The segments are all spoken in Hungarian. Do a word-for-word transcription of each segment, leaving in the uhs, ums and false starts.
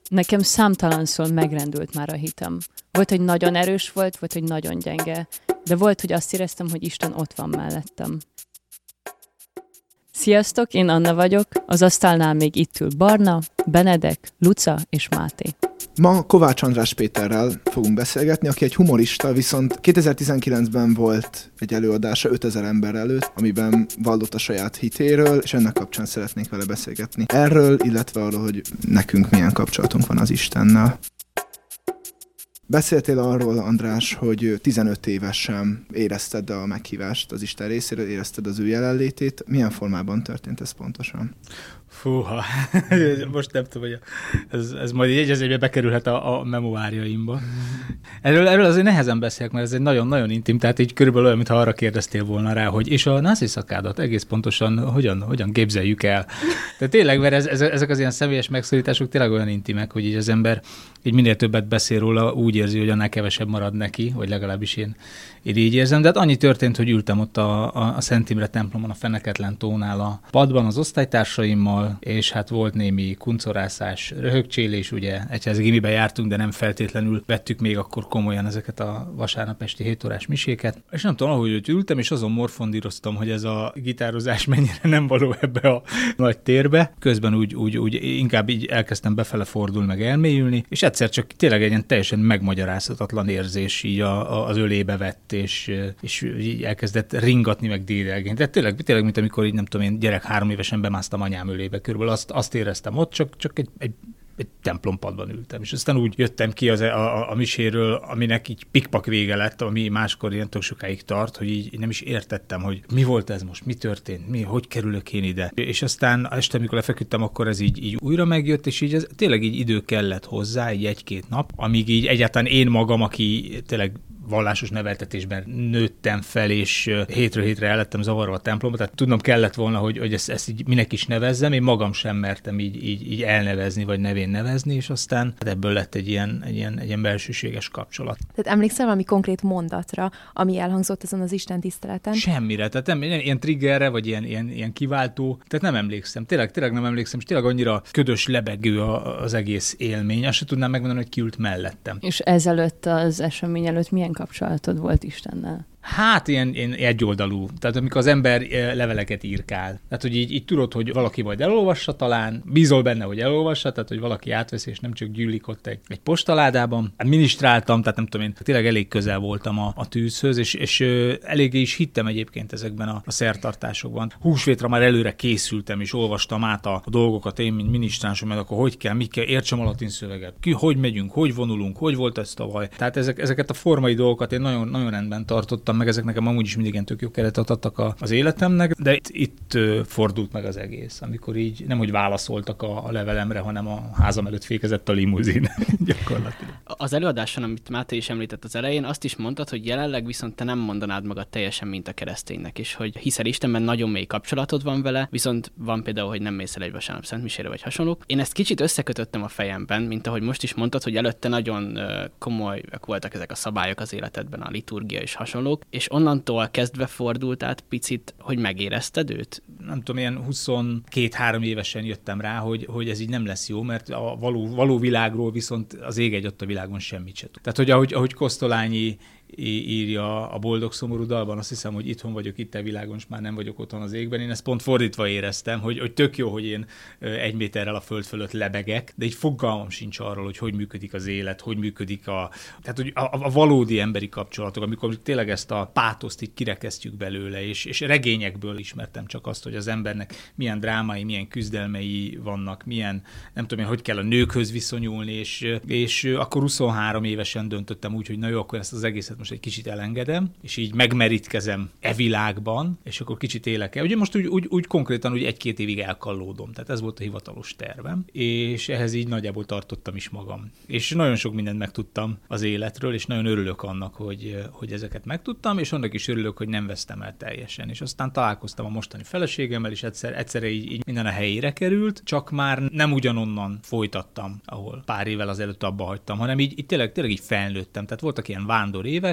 Nekem számtalanszor megrendült már a hitem. Volt, hogy nagyon erős volt, volt, hogy nagyon gyenge, de volt, hogy azt éreztem, hogy Isten ott van mellettem. Sziasztok, én Anna vagyok, az asztalnál még itt ül Barna, Benedek, Luca és Máté. Ma Kovács András Péterrel fogunk beszélgetni, aki egy humorista, viszont kétezer-tizenkilencben volt egy előadása ötezer ember előtt, amiben vallott a saját hitéről, és ennek kapcsán szeretnék vele beszélgetni. Erről, illetve arról, hogy nekünk milyen kapcsolatunk van az Istennel. Beszéltél arról, András, hogy tizenöt évesen érezted a meghívást az Isten részéről, érezted az ő jelenlétét. Milyen formában történt ez pontosan? Fúha, most nem tudom, hogy ez, ez majd egy egyezőbe bekerülhet a, a memoárjaimba. Erről, erről azért nehezen beszélek, mert ez egy nagyon-nagyon intim, tehát így körülbelül olyan, mintha arra kérdeztél volna rá, hogy és a náci szakádat egész pontosan hogyan, hogyan képzeljük el. Tehát tényleg, mert ez, ez, ezek az ilyen személyes megszólítások tényleg olyan intimek, hogy így az ember így minél többet beszél róla, úgy érzi, hogy annál kevesebb marad neki, vagy legalábbis én, én így érzem. De hát annyi történt, hogy ültem ott a, a, a Szent Imre templomon, a Feneketlen tónál a padban az osztálytársaimmal, és hát volt némi kuncorászás, röhögcsélés, ugye egyházi gimibe jártunk, de nem feltétlenül vettük még akkor komolyan ezeket a vasárnap esti hét órás miséket. És nem tudom, ahogy ott ültem, és azon morfondíroztam, hogy ez a gitározás mennyire nem való ebbe a nagy térbe. Közben úgy, úgy, úgy inkább így elkezdtem befele fordulni, meg elmélyülni, és egyszer csak tényleg egy ilyen teljesen megmagyarázhatatlan érzés így a, a, az ölébe vett, és, és így elkezdett ringatni, meg dédelgeni. Tehát tényleg, tényleg, mint amikor így nem tudom, én gyerek három évesen bemásztam anyám ölébe. Körülbelül azt, azt éreztem ott, csak, csak egy, egy, egy templompadban ültem. És aztán úgy jöttem ki az, a, a, a miséről, aminek így pikpak vége lett, ami máskor ilyen tök sokáig tart, hogy így nem is értettem, hogy mi volt ez most, mi történt, mi, hogy kerülök én ide. És aztán este, amikor lefeküdtem, akkor ez így, így újra megjött, és így ez, tényleg így idő kellett hozzá, így egy-két nap, amíg így egyáltalán én magam, aki tényleg vallásos neveltetésben nőttem fel, és hétről hétre el lettem zavarva a templomba, tehát tudnom kellett volna, hogy, hogy ezt, ezt így minek is nevezzem, én magam sem mertem így, így, így elnevezni, vagy nevén nevezni, és aztán ebből lett egy ilyen, egy ilyen, egy ilyen belsőséges kapcsolat. Tehát emlékszel valami konkrét mondatra, ami elhangzott ezen az Isten tiszteleten? Semmire, tehát nem, ilyen triggerre, vagy ilyen, ilyen, ilyen kiváltó, tehát nem emlékszem, tényleg, tényleg nem emlékszem, és tényleg annyira ködös, lebegő az egész élmény, azt sem tudnám megmondani, hogy ki ült mellettem. És ezelőtt az esemény előtt milyen kapcsolatod volt Istennel? Hát ilyen, ilyen egyoldalú. Tehát amikor az ember leveleket írkál. Tehát, hogy így, így tudod, hogy valaki majd elolvassa talán, bízol benne, hogy elolvassa, tehát, hogy valaki átveszi, és nem csak gyűlik ott egy, egy postaládában. Ministráltam, tehát nem tudom én, tényleg elég közel voltam a, a tűzhöz, és, és ö, eléggé is hittem egyébként ezekben a, a szertartásokban. Húsvétra már előre készültem, és olvastam át a, a dolgokat én, mint minisztránsom, mert akkor hogy kell, mit kell, értsem a latin szöveget, ki, hogy megyünk, hogy vonulunk, hogy volt ez tavaly. Tehát ezek, ezeket a formai dolgokat én nagyon, nagyon rendben tartottam, meg ezek nekem amúgy is mindig ilyen tök jó keretet adtak a, az életemnek, de itt, itt fordult meg az egész, amikor így nem, hogy válaszoltak a, a levelemre, hanem a házam előtt fékezett a limuzin gyakorlatilag. Az előadáson, amit Máté is említett az elején, azt is mondtad, hogy jelenleg viszont te nem mondanád magad teljesen, mint a kereszténynek, és hogy hiszel Istenben, nagyon mély kapcsolatod van vele, viszont van például, hogy nem mész el egy vasárnap szentmisére vagy hasonlók. Én ezt kicsit összekötöttem a fejemben, mint ahogy most is mondtad, hogy előtte nagyon komolyak voltak ezek a szabályok az életedben, a liturgia és hasonlók, és onnantól kezdve fordult át picit, hogy megérezted őt? Nem tudom, ilyen huszonkét-három évesen jöttem rá, hogy, hogy ez így nem lesz jó, mert a való, való világról viszont az ég egy ott a világon semmit se tud. Tehát, hogy ahogy, ahogy Kosztolányi írja a Boldog szomorú dalban, azt hiszem, hogy itthon vagyok, itt a világon, és már nem vagyok otthon az égben. Én ezt pont fordítva éreztem, hogy, hogy tök jó, hogy én egy méterrel a föld fölött lebegek, de így fogalmam sincs arról, hogy hogy működik az élet, hogy működik a, tehát, hogy a, a valódi emberi kapcsolatok, amikor tényleg ezt a pátoszt így kirekesztjük belőle, és, és regényekből ismertem csak azt, hogy az embernek milyen drámai, milyen küzdelmei vannak, milyen, nem tudom én, hogy kell a nőkhöz viszonyulni, és, és akkor huszonhárom évesen döntöttem úgy, hogy na jó, akkor ezt az egészet most egy kicsit elengedem, és így megmerítkezem e világban, és akkor kicsit élek el. Ugye most úgy, úgy, úgy konkrétan úgy egy-két évig elkallódom, tehát ez volt a hivatalos tervem, és ehhez így nagyjából tartottam is magam. És nagyon sok mindent megtudtam az életről, és nagyon örülök annak, hogy, hogy ezeket megtudtam, és annak is örülök, hogy nem vesztem el teljesen. És aztán találkoztam a mostani feleségemmel, és egyszer, egyszerre így, így minden a helyére került, csak már nem ugyanonnan folytattam, ahol pár évvel azelőtt abba hagytam, hanem így, így tényleg, tényleg így felnőttem. Tehát voltak ilyen vándor évek,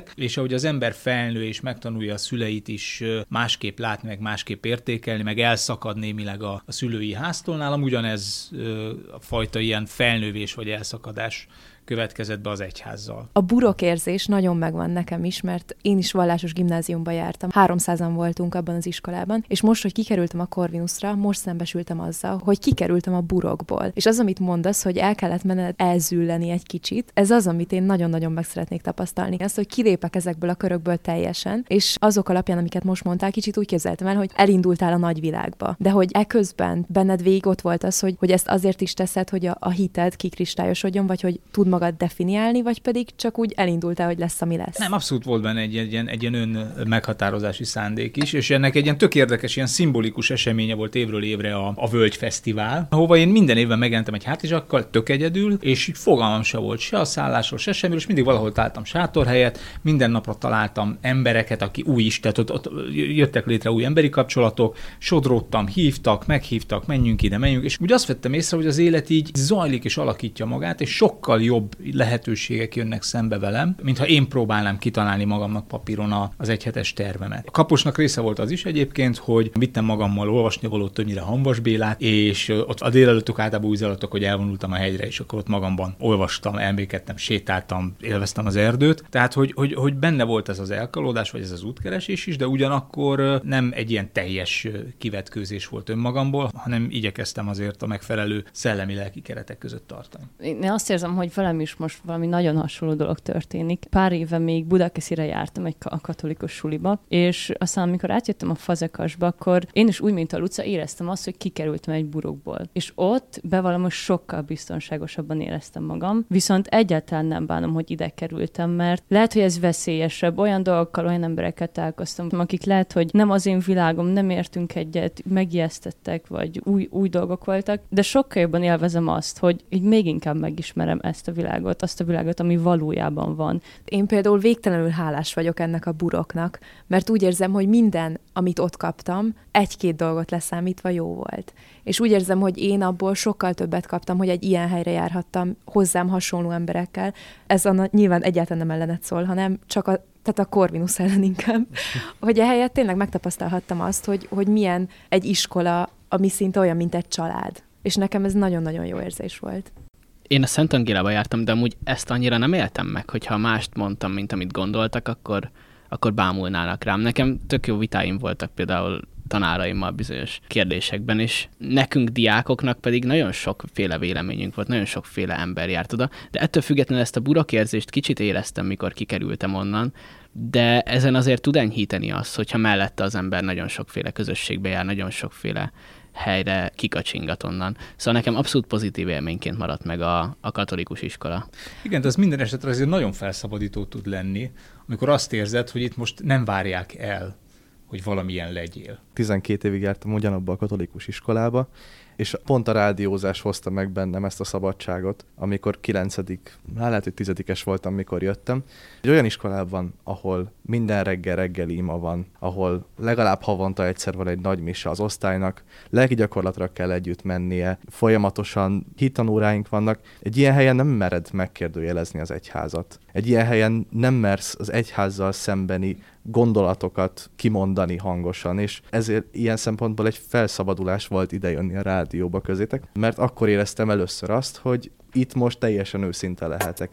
születtek, és ahogy az ember felnő és megtanulja a szüleit is másképp látni, meg másképp értékelni, meg elszakad némileg a, a szülői háztól, nálam ugyanez a fajta ilyen felnővés vagy elszakadás következett be az egyházzal. A burokérzés nagyon megvan nekem is, mert én is vallásos gimnáziumba jártam. háromszázan voltunk abban az iskolában, és most, hogy kikerültem a Corvinusra, most szembesültem azzal, hogy kikerültem a burokból. És az, amit mondasz, hogy el kellett menned elzülleni egy kicsit, ez az, amit én nagyon-nagyon meg szeretnék tapasztalni. Azt, hogy kilépek ezekből a körökből teljesen, és azok alapján, amiket most mondtál, kicsit úgy képzeltem el, hogy elindultál a nagyvilágba. De hogy eközben benned végig ott volt az, hogy, hogy ezt azért is teszed, hogy a, a hited kikristályosodjon, vagy hogy tud magad definiálni, vagy pedig csak úgy elindultál, hogy lesz, ami lesz? Nem, abszolút volt benne egy, egy, ilyen, egy ilyen ön meghatározási szándék is, és ennek egy ilyen tök érdekes, ilyen szimbolikus eseménye volt évről évre a, a Völgyfesztivál, ahova én minden évben megjelentem egy hátizsakkal, tök egyedül, és így fogalmam se volt se a szállásról, se semmiről, és mindig valahol találtam sátorhelyet, minden napra találtam embereket, aki új is, tehát ott, ott jöttek létre új emberi kapcsolatok, sodródtam, hívtak, meghívtak, menjünk ide, menjünk, és úgy azt vettem észre, hogy az élet így zajlik és alakítja magát, és sokkal jobb lehetőségek jönnek szembe velem, mintha én próbálnám kitalálni magamnak papíron az egyhetes tervemet. A Kaposnak része volt az is egyébként, hogy vittem magammal olvasni való többnyire Hamvas Bélát, és ott a délelőttök általában úgy zajlottak, hogy elvonultam a hegyre, és akkor ott magamban olvastam, elmékedtem, sétáltam, élveztem az erdőt. Tehát, hogy, hogy, hogy benne volt ez az elkalódás, vagy ez az útkeresés is, de ugyanakkor nem egy ilyen teljes kivetkőzés volt önmagamból, hanem igyekeztem azért a megfelelő szellemi-lelki keretek között tartani. Én azt érzem, hogy velem is most valami nagyon hasonló dolog történik. Pár éve még Budakeszire jártam egy katolikus suliba, és aztán amikor átjöttem a Fazekasba, akkor én is úgy, mint a Luca, éreztem azt, hogy kikerültem egy burokból. És ott bevallom, hogy sokkal biztonságosabban éreztem magam, viszont egyáltalán nem bánom, hogy ide kerültem, mert lehet, hogy ez veszélyesebb. Olyan dolgokkal, olyan embereket találkoztam, akik lehet, hogy nem az én világom, nem értünk egyet, megijesztettek, vagy új, új dolgok voltak, de sokkal jobban élvezem azt, hogy így még inkább megismerem ezt a világot, azt a világot, ami valójában van. Én például végtelenül hálás vagyok ennek a buroknak, mert úgy érzem, hogy minden, amit ott kaptam, egy-két dolgot leszámítva jó volt. És úgy érzem, hogy én abból sokkal többet kaptam, hogy egy ilyen helyre járhattam hozzám hasonló emberekkel. Ez a, nyilván egyáltalán nem ellenet szól, hanem csak a tehát a Corvinus ellen inkább, hogy ehelyett tényleg megtapasztalhattam azt, hogy, hogy milyen egy iskola, ami szinte olyan, mint egy család. És nekem ez nagyon-nagyon jó érzés volt. Én a Szent Angélába jártam, de amúgy ezt annyira nem éltem meg, hogyha mást mondtam, mint amit gondoltak, akkor, akkor bámulnának rám. Nekem tök jó vitáim voltak például tanáraimmal bizonyos kérdésekben, és nekünk diákoknak pedig nagyon sokféle véleményünk volt, nagyon sokféle ember járt oda, de ettől függetlenül ezt a burokérzést kicsit éreztem, mikor kikerültem onnan, de ezen azért tud enyhíteni azt, hogyha mellette az ember nagyon sokféle közösségbe jár, nagyon sokféle helyre kikacsingat onnan. Szóval nekem abszolút pozitív élményként maradt meg a, a katolikus iskola. Igen, de az minden esetre azért nagyon felszabadító tud lenni, amikor azt érzed, hogy itt most nem várják el, hogy valamilyen legyél. tizenkét évig jártam ugyanabba a katolikus iskolába, és pont a rádiózás hozta meg bennem ezt a szabadságot, amikor kilencedik, hát lehet, hogy tizedikes voltam, mikor jöttem. Egy olyan iskolában, ahol minden reggel reggeli ima van, ahol legalább havonta egyszer van egy nagy mise az osztálynak, lelki gyakorlatra kell együtt mennie, folyamatosan hittanóráink vannak. Egy ilyen helyen nem mered megkérdőjelezni az egyházat. Egy ilyen helyen nem mersz az egyházzal szembeni gondolatokat kimondani hangosan, és ezért ilyen szempontból egy felszabadulás volt idejönni a rádióba közétek, mert akkor éreztem először azt, hogy itt most teljesen őszinte lehetek.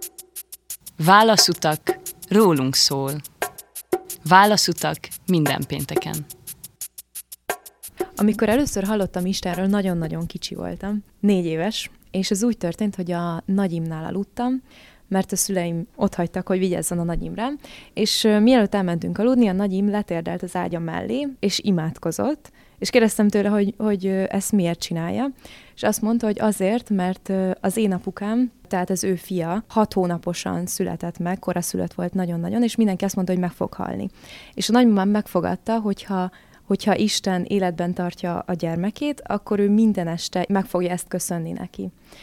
Válaszutak rólunk szól. Válaszutak minden pénteken. Amikor először hallottam Istenről, nagyon-nagyon kicsi voltam, négy éves, és ez úgy történt, hogy a nagyimnál aludtam, mert a szüleim otthagytak, hogy vigyázzon a nagyim rám, és uh, mielőtt elmentünk aludni, a nagyim letérdelt az ágyam mellé, és imádkozott, és kérdeztem tőle, hogy, hogy uh, ezt miért csinálja, és azt mondta, hogy azért, mert uh, az én apukám, tehát az ő fia, hat hónaposan született meg, koraszülött volt nagyon-nagyon, és mindenki azt mondta, hogy meg fog halni. És a nagymamám megfogadta, hogyha hogyha Isten életben tartja a gyermekét, akkor ő minden este meg fogja ezt köszönni neki.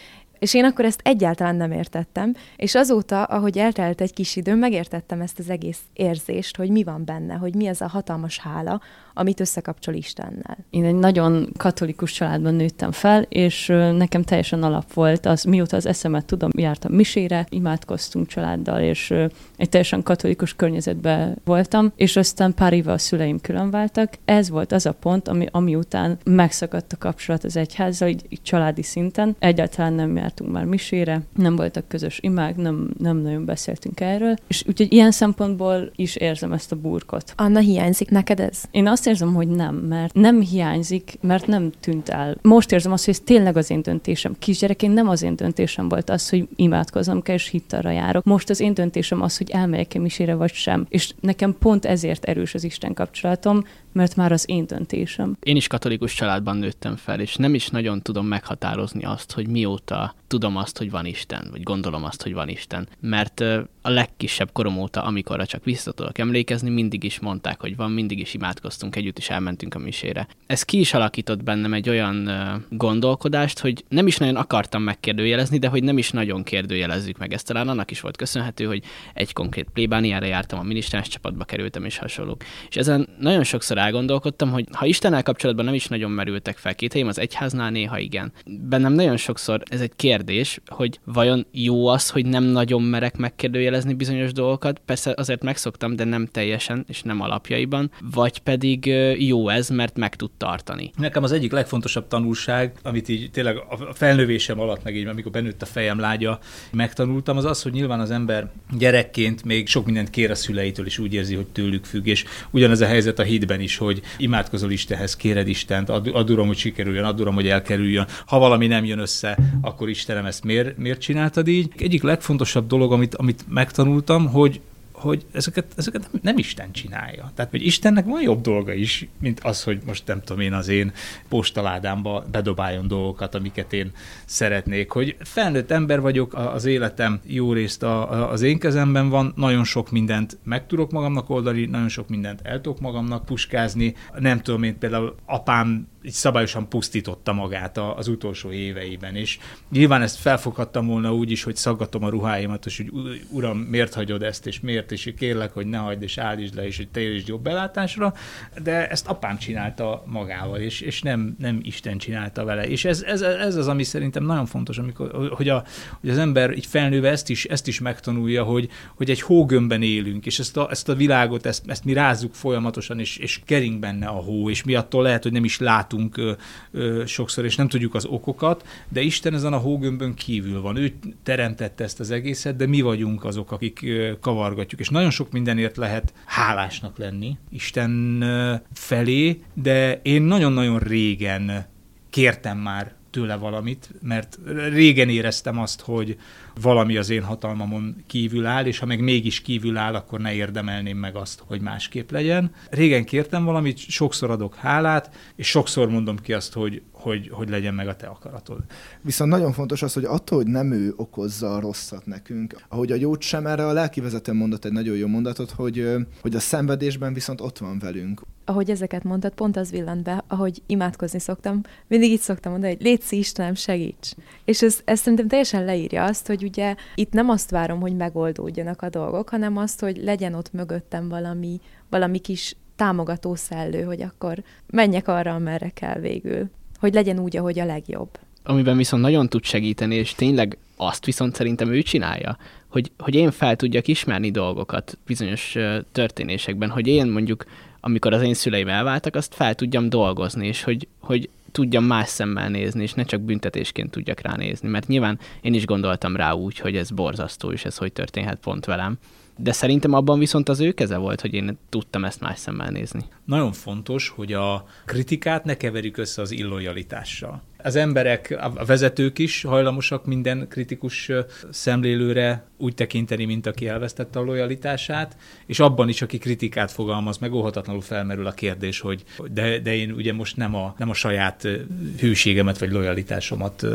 És én akkor ezt egyáltalán nem értettem, és azóta, ahogy eltelt egy kis idő, megértettem ezt az egész érzést, hogy mi van benne, hogy mi az a hatalmas hála, amit összekapcsol Istennel. Én egy nagyon katolikus családban nőttem fel, és nekem teljesen alap volt az, mióta az eszemet tudom, jártam misére, imádkoztunk családdal, és egy teljesen katolikus környezetben voltam, és aztán pár éve a szüleim különváltak. Ez volt az a pont, ami, ami után megszakadt a kapcsolat az egyházzal, így, így családi szinten. Egyáltalán nem jártunk már misére, nem voltak közös imák, nem, nem nagyon beszéltünk erről, és úgyhogy ilyen szempontból is érzem ezt a burkot. Anna, hiányzik neked ez? Én azt érzem, hogy nem, mert nem hiányzik, mert nem tűnt el. Most érzem azt, hogy ez tényleg az én döntésem. Kisgyerekként nem az én döntésem volt az, hogy imádkoznom kell, és hittalra járok. Most az én döntésem az, hogy elmegyek-e misére, vagy sem. És nekem pont ezért erős az Isten kapcsolatom, mert már az én döntésem. Én is katolikus családban nőttem fel, és nem is nagyon tudom meghatározni azt, hogy mióta tudom azt, hogy van Isten, vagy gondolom azt, hogy van Isten. Mert a legkisebb korom óta, amikorra csak vissza tudok emlékezni, mindig is mondták, hogy van, mindig is imádkoztunk együtt, és elmentünk a misére. Ez ki is alakított bennem egy olyan gondolkodást, hogy nem is nagyon akartam megkérdőjelezni, de hogy nem is nagyon kérdőjelezzük meg. Ezt talán annak is volt köszönhető, hogy egy konkrét plébániára jártam, a minisztráns csapatba kerültem, és hasonlók. És ezen nagyon sokszor elgondolkodtam, hogy ha Istennel kapcsolatban nem is nagyon merültek fel kételjeim, az egyháznál néha igen. Bennem nagyon sokszor ez egy kérdés, hogy vajon jó az, hogy nem nagyon merek megkérdőjelezni bizonyos dolgokat, persze azért megszoktam, de nem teljesen, és nem alapjaiban, vagy pedig jó ez, mert meg tud tartani. Nekem az egyik legfontosabb tanulság, amit így tényleg a felnövésem alatt, meg így, amikor benőtt a fejem lágya, megtanultam, az az, hogy nyilván az ember gyerekként még sok mindent kér a szüleitől, és úgy érzi, hogy tőlük függ, és ugyanez a helyzet a hitben is, hogy imádkozol Istenhez, kéred Istent, ad, ad Uram, hogy sikerüljön, ad Uram, hogy elkerüljön. Ha valami nem jön össze, akkor Istenem, ezt miért, miért csináltad így? Egyik legfontosabb dolog, amit, amit megtanultam, hogy hogy ezeket, ezeket nem, nem Isten csinálja. Tehát, hogy Istennek van jobb dolga is, mint az, hogy most nem tudom én az én postaládámba bedobáljon dolgokat, amiket én szeretnék. Hogy felnőtt ember vagyok, az életem jó részt a, a, az én kezemben van, nagyon sok mindent meg tudok magamnak oldani, nagyon sok mindent el tudok magamnak puskázni. Nem tudom én, például apám így szabályosan pusztította magát az utolsó éveiben, és nyilván ezt felfoghattam volna úgy is, hogy szaggatom a ruháimat, és hogy Uram, miért hagyod ezt, és miért, és kérlek, hogy ne hagyd, és állítsd le, és hogy térjél jobb belátásra, de ezt apám csinálta magával, és, és nem, nem Isten csinálta vele. És ez, ez, ez az, ami szerintem nagyon fontos, amikor, hogy, a, hogy az ember így felnőve ezt is, ezt is megtanulja, hogy, hogy egy hógömbben élünk, és ezt a, ezt a világot, ezt, ezt mi rázzuk folyamatosan, és, és kering benne a hó, és mi attól lehet, hogy nem is látunk Ö, ö, sokszor, és nem tudjuk az okokat, de Isten ezen a hógömbön kívül van. Ő teremtette ezt az egészet, de mi vagyunk azok, akik ö, kavargatjuk. És nagyon sok mindenért lehet hálásnak lenni Isten ö, felé, de én nagyon-nagyon régen kértem már tőle valamit, mert régen éreztem azt, hogy valami az én hatalmamon kívül áll, és ha meg mégis kívül áll, akkor ne érdemelném meg azt, hogy másképp legyen. Régen kértem valamit, sokszor adok hálát, és sokszor mondom ki azt, hogy, hogy, hogy legyen meg a te akaratod. Viszont nagyon fontos az, hogy attól, hogy nem ő okozza a rosszat nekünk, ahogy a Jót sem, erre a lelkivezető mondott egy nagyon jó mondatot, hogy, hogy a szenvedésben viszont ott van velünk. Ahogy ezeket mondtad, pont az villant be, ahogy imádkozni szoktam, mindig így szoktam mondani, hogy létszi Istenem, segíts. És ez, ez szerintem teljesen leírja azt, hogy ugye itt nem azt várom, hogy megoldódjanak a dolgok, hanem azt, hogy legyen ott mögöttem valami, valami kis támogató szellő, hogy akkor menjek arra, amerre kell végül. Hogy legyen úgy, ahogy a legjobb. Amiben viszont nagyon tud segíteni, és tényleg azt viszont szerintem ő csinálja, hogy, hogy én fel tudjak ismerni dolgokat bizonyos történésekben, hogy én mondjuk, amikor az én szüleim elváltak, azt fel tudjam dolgozni, és hogy, hogy tudjam más szemmel nézni, és ne csak büntetésként tudjak ránézni, mert nyilván én is gondoltam rá úgy, hogy ez borzasztó, és ez hogy történhet pont velem. De szerintem abban viszont az ő keze volt, hogy én tudtam ezt más szemmel nézni. Nagyon fontos, hogy a kritikát ne keverjük össze az illojalitással. Az emberek, a vezetők is hajlamosak minden kritikus szemlélőre úgy tekinteni, mint aki elvesztette a lojalitását, és abban is, aki kritikát fogalmaz, meg óhatatlanul felmerül a kérdés, hogy de, de én ugye most nem a, nem a saját hűségemet vagy lojalitásomat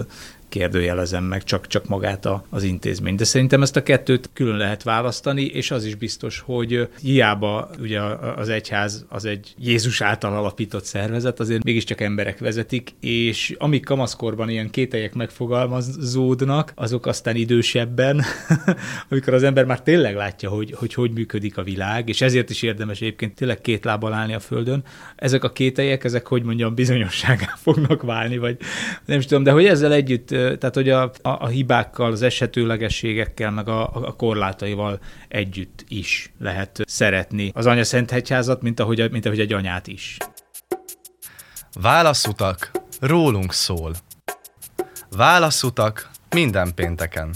kérdőjelezem meg, csak, csak magát a, az intézmény. De szerintem ezt a kettőt külön lehet választani, és az is biztos, hogy hiába ugye az egyház az egy Jézus által alapított szervezet, azért mégiscsak emberek vezetik, és amíg kamaszkorban ilyen kételyek megfogalmazódnak, azok aztán idősebben, amikor az ember már tényleg látja, hogy, hogy hogy működik a világ, és ezért is érdemes egyébként tényleg két lábbal állni a földön. Ezek a kételyek, ezek hogy mondjam, bizonyosságá fognak válni, vagy nem is tudom, de hogy ezzel együtt, tehát hogy a, a, a hibákkal, az esetőlegességekkel, meg a, a korlátaival együtt is lehet szeretni az Anyaszent Egyházat, mint ahogy, mint ahogy egy anyát is. Válaszutak, rólunk szól. Válaszutak minden pénteken.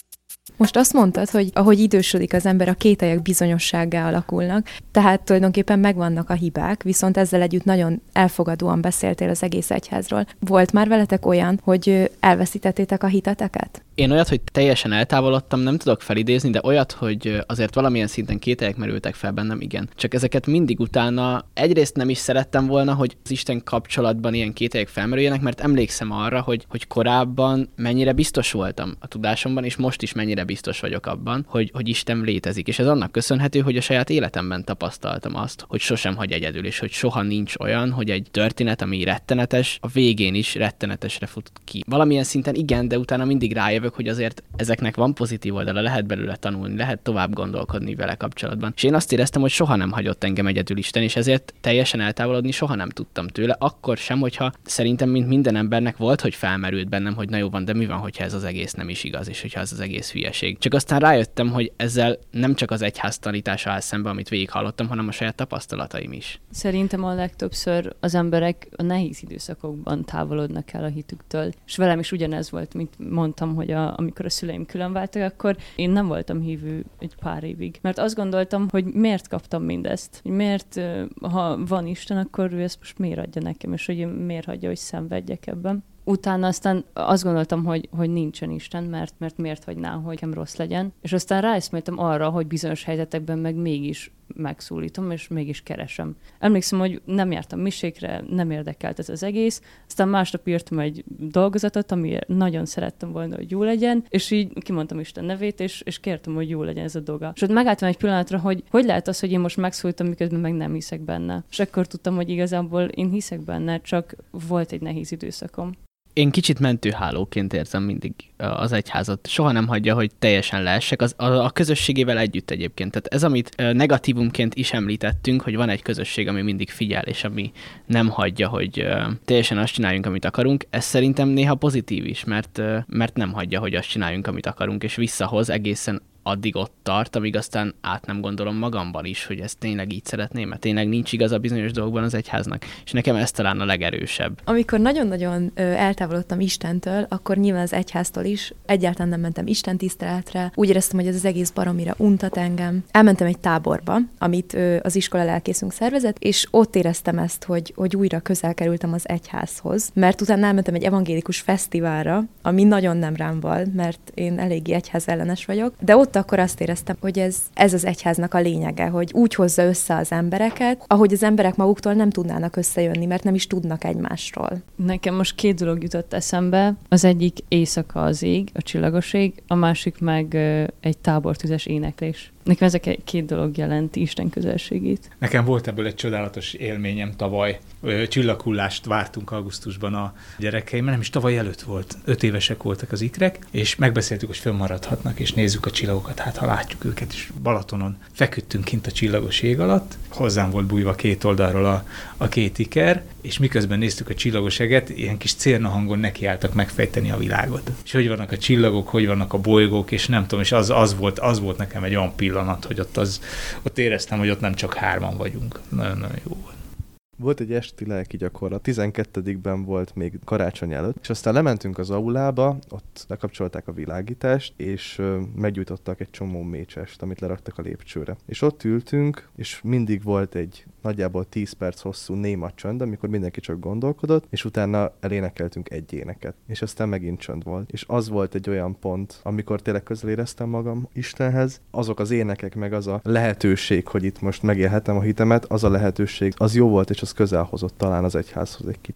Most azt mondtad, hogy ahogy idősödik az ember, a kételyek bizonyossággá alakulnak, tehát tulajdonképpen megvannak a hibák, viszont ezzel együtt nagyon elfogadóan beszéltél az egész egyházról. Volt már veletek olyan, hogy elveszítettétek a hiteteket? Én olyat, hogy teljesen eltávolodtam, nem tudok felidézni, de olyat, hogy azért valamilyen szinten kételyek merültek fel bennem, igen. Csak ezeket mindig utána egyrészt nem is szerettem volna, hogy az Isten kapcsolatban ilyen kételyek felmerüljenek, mert emlékszem arra, hogy, hogy korábban mennyire biztos voltam a tudásomban, és most is mennyire biztos vagyok abban, hogy, hogy Isten létezik. És ez annak köszönhető, hogy a saját életemben tapasztaltam azt, hogy sosem hagy egyedül, és hogy soha nincs olyan, hogy egy történet, ami rettenetes, a végén is rettenetesre fut ki. Valamilyen szinten igen, de utána mindig rájövök, hogy azért ezeknek van pozitív oldala, lehet belőle tanulni, lehet tovább gondolkodni vele kapcsolatban. És én azt éreztem, hogy soha nem hagyott engem egyedül Isten, és ezért teljesen eltávolodni soha nem tudtam tőle, akkor sem, hogyha szerintem, mint minden embernek volt, hogy felmerült bennem, hogy na jó van, de mi van, hogyha ez az egész nem is igaz, és hogyha ez az egész hülyeség. Csak aztán rájöttem, hogy ezzel nem csak az egyház tanítása áll szembe, amit végighallottam, hanem a saját tapasztalataim is. Szerintem a legtöbbször az emberek a nehéz időszakokban távolodnak el a hitüktől. És velem is ugyanez volt, mint mondtam, hogy a, amikor a szüleim különváltak, akkor én nem voltam hívő egy pár évig. Mert azt gondoltam, hogy miért kaptam mindezt? Hogy miért, ha van Isten, akkor ő ezt most miért adja nekem, és hogy miért hagyja, hogy szenvedjek ebben? Utána aztán azt gondoltam, hogy, hogy nincsen Isten, mert, mert miért hagyná, hogy nekem rossz legyen. És aztán ráeszméltem arra, hogy bizonyos helyzetekben meg mégis megszólítom, és mégis keresem. Emlékszem, hogy nem jártam misékre, nem érdekelt ez az egész. Aztán másnap írtam egy dolgozatot, ami nagyon szerettem volna, hogy jó legyen, és így kimondtam Isten nevét, és, és kértem, hogy jó legyen ez a dolga. És ott megálltam egy pillanatra, hogy hogy lehet az, hogy én most megszólítom, miközben meg nem hiszek benne. És akkor tudtam, hogy igazából én hiszek benne, csak volt egy nehéz időszakom. Én kicsit mentőhálóként érzem mindig az egyházat. Soha nem hagyja, hogy teljesen leessek, az, a, a közösségével együtt egyébként. Tehát ez, amit negatívumként is említettünk, hogy van egy közösség, ami mindig figyel, és ami nem hagyja, hogy teljesen azt csináljunk, amit akarunk, ez szerintem néha pozitív is, mert, mert nem hagyja, hogy azt csináljunk, amit akarunk, és visszahoz egészen addig ott tart, amíg aztán át nem gondolom magamban is, hogy ezt tényleg így szeretném, mert tényleg nincs igaz a bizonyos dolgokban az egyháznak. És nekem ez talán a legerősebb. Amikor nagyon-nagyon ö, eltávolodtam Istentől, akkor nyilván az egyháztól is egyáltalán nem mentem istentiszteletre. Úgy éreztem, hogy ez az egész baromira untat engem. Elmentem egy táborba, amit ö, az iskola lelkészünk szervezett, és ott éreztem ezt, hogy, hogy újra közel kerültem az egyházhoz. Mert utána elmentem egy evangélikus fesztiválra, ami nagyon nem rám val, mert én eléggé egyház ellenes vagyok, de ott akkor azt éreztem, hogy ez, ez az egyháznak a lényege, hogy úgy hozza össze az embereket, ahogy az emberek maguktól nem tudnának összejönni, mert nem is tudnak egymásról. Nekem most két dolog jutott eszembe. Az egyik éjszaka az ég, a csillagos ég, a másik meg uh, egy tábortüzes éneklés. Nekem ezek két dolog jelenti Isten közelségét. Nekem volt ebből egy csodálatos élményem tavaly. Csillaghullást vártunk augusztusban a gyerekeimmel, nem is tavaly előtt volt. Öt évesek voltak az ikrek, és megbeszéltük, hogy fönnmaradhatnak, és nézzük a csillagokat, hát ha látjuk őket is. Balatonon feküdtünk kint a csillagos ég alatt, hozzám volt bújva két oldalról a, a két iker, és miközben néztük a csillagos eget, ilyen kis cérna hangon nekiálltak megfejteni a világot. És hogy vannak a csillagok, hogy vannak a bolygók, és nem tudom, és az, az, volt, az volt nekem egy olyan pillanat, hogy ott, az, ott éreztem, hogy ott nem csak hárman vagyunk. Nagyon-nagyon jó volt. Volt egy esti lelki gyakorlat, tizenkettedikben volt még karácsony előtt, és aztán lementünk az aulába, ott lekapcsolták a világítást, és ö, meggyújtottak egy csomó mécsest, amit leraktak a lépcsőre. És ott ültünk, és mindig volt egy nagyjából tíz perc hosszú néma csönd, amikor mindenki csak gondolkodott, és utána elénekeltünk egy éneket. És aztán megint csönd volt. És az volt egy olyan pont, amikor tényleg közel éreztem magam Istenhez. Azok az énekek, meg az a lehetőség, hogy itt most megélhetem a hitemet, az a lehetőség, az jó volt, és az közel hozott talán az egyházhoz egy kicsit.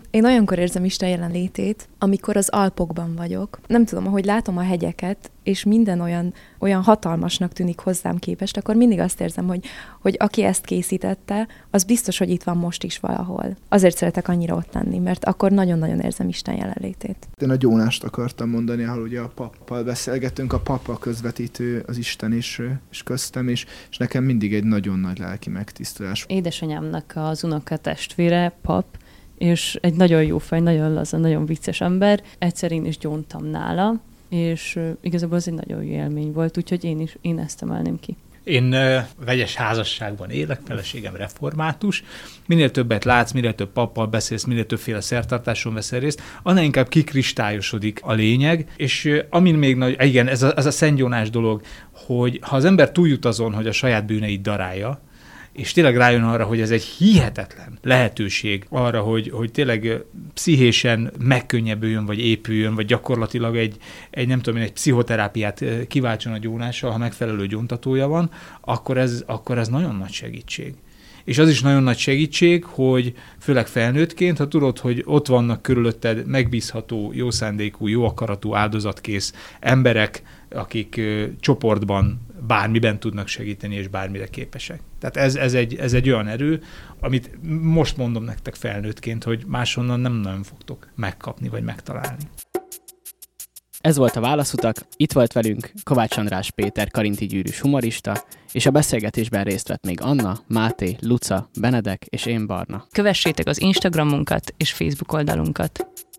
Én olyankor érzem Isten jelenlétét, amikor az Alpokban vagyok. Nem tudom, ahogy látom a hegyeket, és minden olyan, olyan hatalmasnak tűnik hozzám képest, akkor mindig azt érzem, hogy, hogy aki ezt készítette, az biztos, hogy itt van most is valahol. Azért szeretek annyira ott lenni, mert akkor nagyon-nagyon érzem Isten jelenlétét. Én a Gyónást akartam mondani, ahol ugye a pappal beszélgetünk, a pap a közvetítő, az Isten is, és köztem, és, és nekem mindig egy nagyon nagy lelki megtisztulás. Édesanyámnak az unokatestvére, pap, és egy nagyon jó fej, nagyon laza, nagyon vicces ember. Egyszer én is gyóntam nála, és uh, igazából az egy nagyon jó élmény volt, úgyhogy én is én ezt emelném ki. Én uh, vegyes házasságban élek, feleségem református. Minél többet látsz, minél több pappal beszélsz, minél többféle szertartáson veszel részt, annál inkább kikristályosodik a lényeg, és uh, amin még nagy, igen, ez a, ez a szentgyónás dolog, hogy ha az ember túljut azon, hogy a saját bűneit darálja, és tényleg rájön arra, hogy ez egy hihetetlen lehetőség arra, hogy, hogy tényleg pszichésen megkönnyebbüljön, vagy épüljön, vagy gyakorlatilag egy, egy nem tudom én, egy pszichoterápiát kiváltson a gyónással, ha megfelelő gyóntatója van, akkor ez, akkor ez nagyon nagy segítség. És az is nagyon nagy segítség, hogy főleg felnőttként, ha tudod, hogy ott vannak körülötted megbízható, jó szándékú, jó akaratú, áldozatkész emberek, akik ö, csoportban bármiben tudnak segíteni, és bármire képesek. Tehát ez, ez, egy, ez egy olyan erő, amit most mondom nektek felnőttként, hogy máshonnan nem nagyon fogtok megkapni, vagy megtalálni. Ez volt a Válaszutak, itt volt velünk Kovács András Péter, karinti gyűrűs humorista, és a beszélgetésben részt vett még Anna, Máté, Luca, Benedek és én Barna. Kövessétek az Instagramunkat és Facebook oldalunkat.